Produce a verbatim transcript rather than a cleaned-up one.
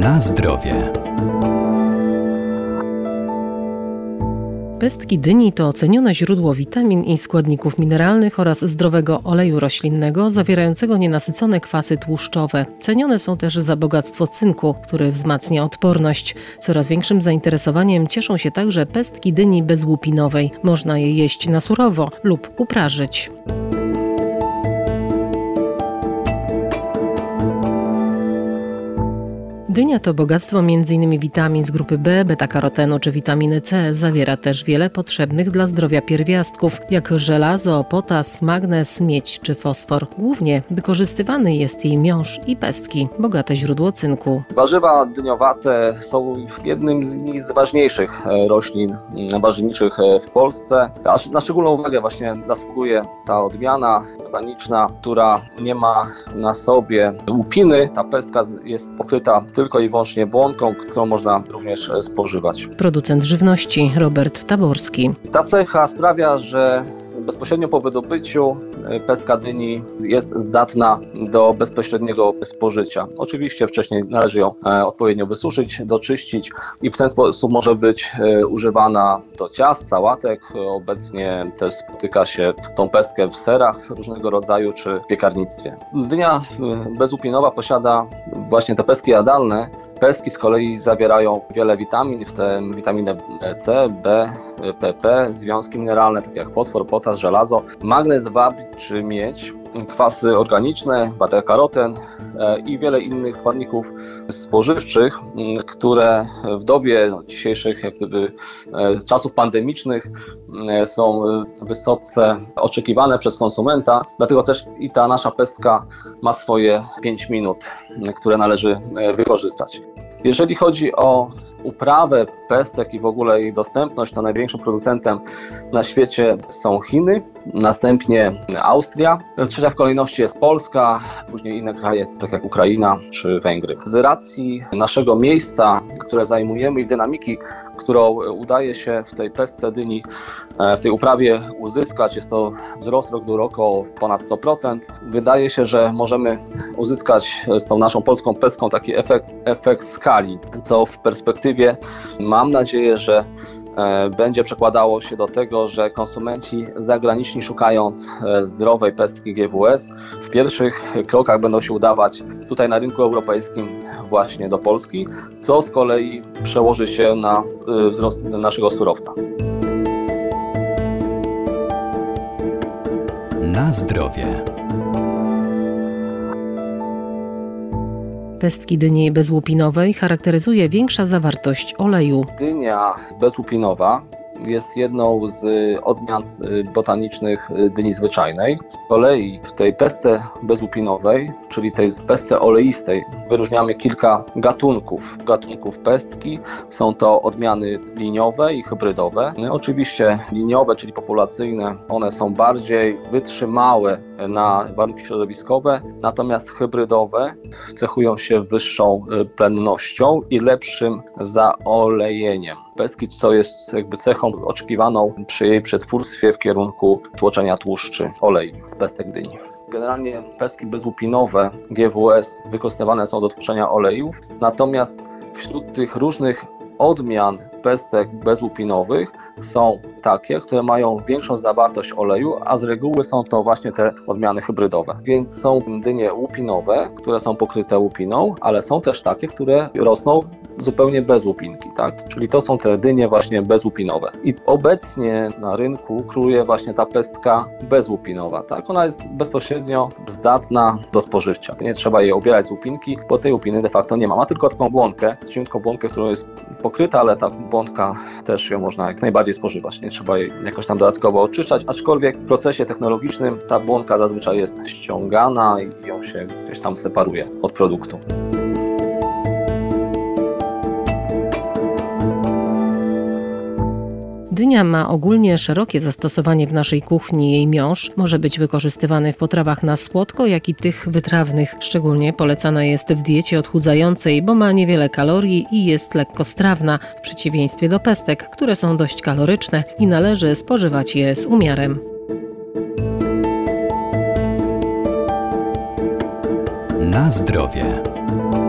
Na zdrowie. Pestki dyni to cenione źródło witamin i składników mineralnych oraz zdrowego oleju roślinnego zawierającego nienasycone kwasy tłuszczowe. Cenione są też za bogactwo cynku, który wzmacnia odporność. Coraz większym zainteresowaniem cieszą się także pestki dyni bezłupinowej. Można je jeść na surowo lub uprażyć. Dynia to bogactwo między innymi witamin z grupy B, beta-karotenu czy witaminy C. Zawiera też wiele potrzebnych dla zdrowia pierwiastków, jak żelazo, potas, magnez, miedź czy fosfor. Głównie wykorzystywany jest jej miąższ i pestki, bogate źródło cynku. Warzywa dyniowate są jednym z ważniejszych roślin warzywniczych w Polsce. Aż na szczególną uwagę właśnie zasługuje ta odmiana botaniczna, która nie ma na sobie łupiny. Ta pestka jest pokryta tylko tylko i wyłącznie błonką, którą można również spożywać. Producent żywności Robert Taborski. Ta cecha sprawia, że bezpośrednio po wydobyciu pestka dyni jest zdatna do bezpośredniego spożycia. Oczywiście wcześniej należy ją odpowiednio wysuszyć, doczyścić i w ten sposób może być używana do ciast, sałatek. Obecnie też spotyka się tą pestkę w serach różnego rodzaju czy w piekarnictwie. Dynia bezłupinowa posiada właśnie te pestki jadalne. Pestki z kolei zawierają wiele witamin, w tym witaminę C, B, P P, związki mineralne takie jak fosfor, potas, żelazo, magnez, wapń czy miedź, kwasy organiczne, beta-karoten i wiele innych składników spożywczych, które w dobie dzisiejszych jak gdyby czasów pandemicznych są wysoce oczekiwane przez konsumenta, dlatego też i ta nasza pestka ma swoje pięć minut, które należy wykorzystać. Jeżeli chodzi o uprawę pestek i w ogóle jej dostępność, to największym producentem na świecie są Chiny, następnie Austria, trzecia w kolejności jest Polska, później inne kraje, tak jak Ukraina czy Węgry. Z racji naszego miejsca, które zajmujemy i dynamiki, którą udaje się w tej pestce dyni, w tej uprawie uzyskać, jest to wzrost rok do roku o ponad sto procent. Wydaje się, że możemy uzyskać z tą naszą polską pestką taki efekt, efekt skali, co w perspektywie mam nadzieję, że będzie przekładało się do tego, że konsumenci zagraniczni, szukając zdrowej pestki G W S, w pierwszych krokach będą się udawać tutaj na rynku europejskim właśnie do Polski, co z kolei przełoży się na wzrost naszego surowca. Na zdrowie. Pestki dyni bezłupinowej charakteryzuje większa zawartość oleju. Dynia bezłupinowa jest jedną z odmian botanicznych dyni zwyczajnej. Z kolei w tej pestce bezłupinowej, czyli tej pestce oleistej, wyróżniamy kilka gatunków. Gatunków pestki. Są to odmiany liniowe i hybrydowe. Oczywiście liniowe, czyli populacyjne, one są bardziej wytrzymałe na warunki środowiskowe, natomiast hybrydowe cechują się wyższą plennością i lepszym zaolejeniem pestki, co jest jakby cechą oczekiwaną przy jej przetwórstwie w kierunku tłoczenia tłuszczy, olej z pestek dyni. Generalnie pestki bezłupinowe G W S wykorzystywane są do tworzenia olejów, natomiast wśród tych różnych odmian pestek bezłupinowych są takie, które mają większą zawartość oleju, a z reguły są to właśnie te odmiany hybrydowe. Więc są dynie łupinowe, które są pokryte łupiną, ale są też takie, które rosną zupełnie bez łupinki, tak? Czyli to są te dynie właśnie bezłupinowe. I obecnie na rynku króluje właśnie ta pestka bezłupinowa, tak? Ona jest bezpośrednio zdatna do spożycia. Nie trzeba jej obierać z łupinki, bo tej łupiny de facto nie ma. Ma tylko taką błonkę, cienką błonkę, którą jest pokryta, ale ta błonka też ją można jak najbardziej spożywać. Nie trzeba jej jakoś tam dodatkowo oczyszczać, aczkolwiek w procesie technologicznym ta błonka zazwyczaj jest ściągana i ją się gdzieś tam separuje od produktu. Dynia ma ogólnie szerokie zastosowanie w naszej kuchni. Jej miąższ może być wykorzystywany w potrawach na słodko, jak i tych wytrawnych. Szczególnie polecana jest w diecie odchudzającej, bo ma niewiele kalorii i jest lekkostrawna, w przeciwieństwie do pestek, które są dość kaloryczne i należy spożywać je z umiarem. Na zdrowie.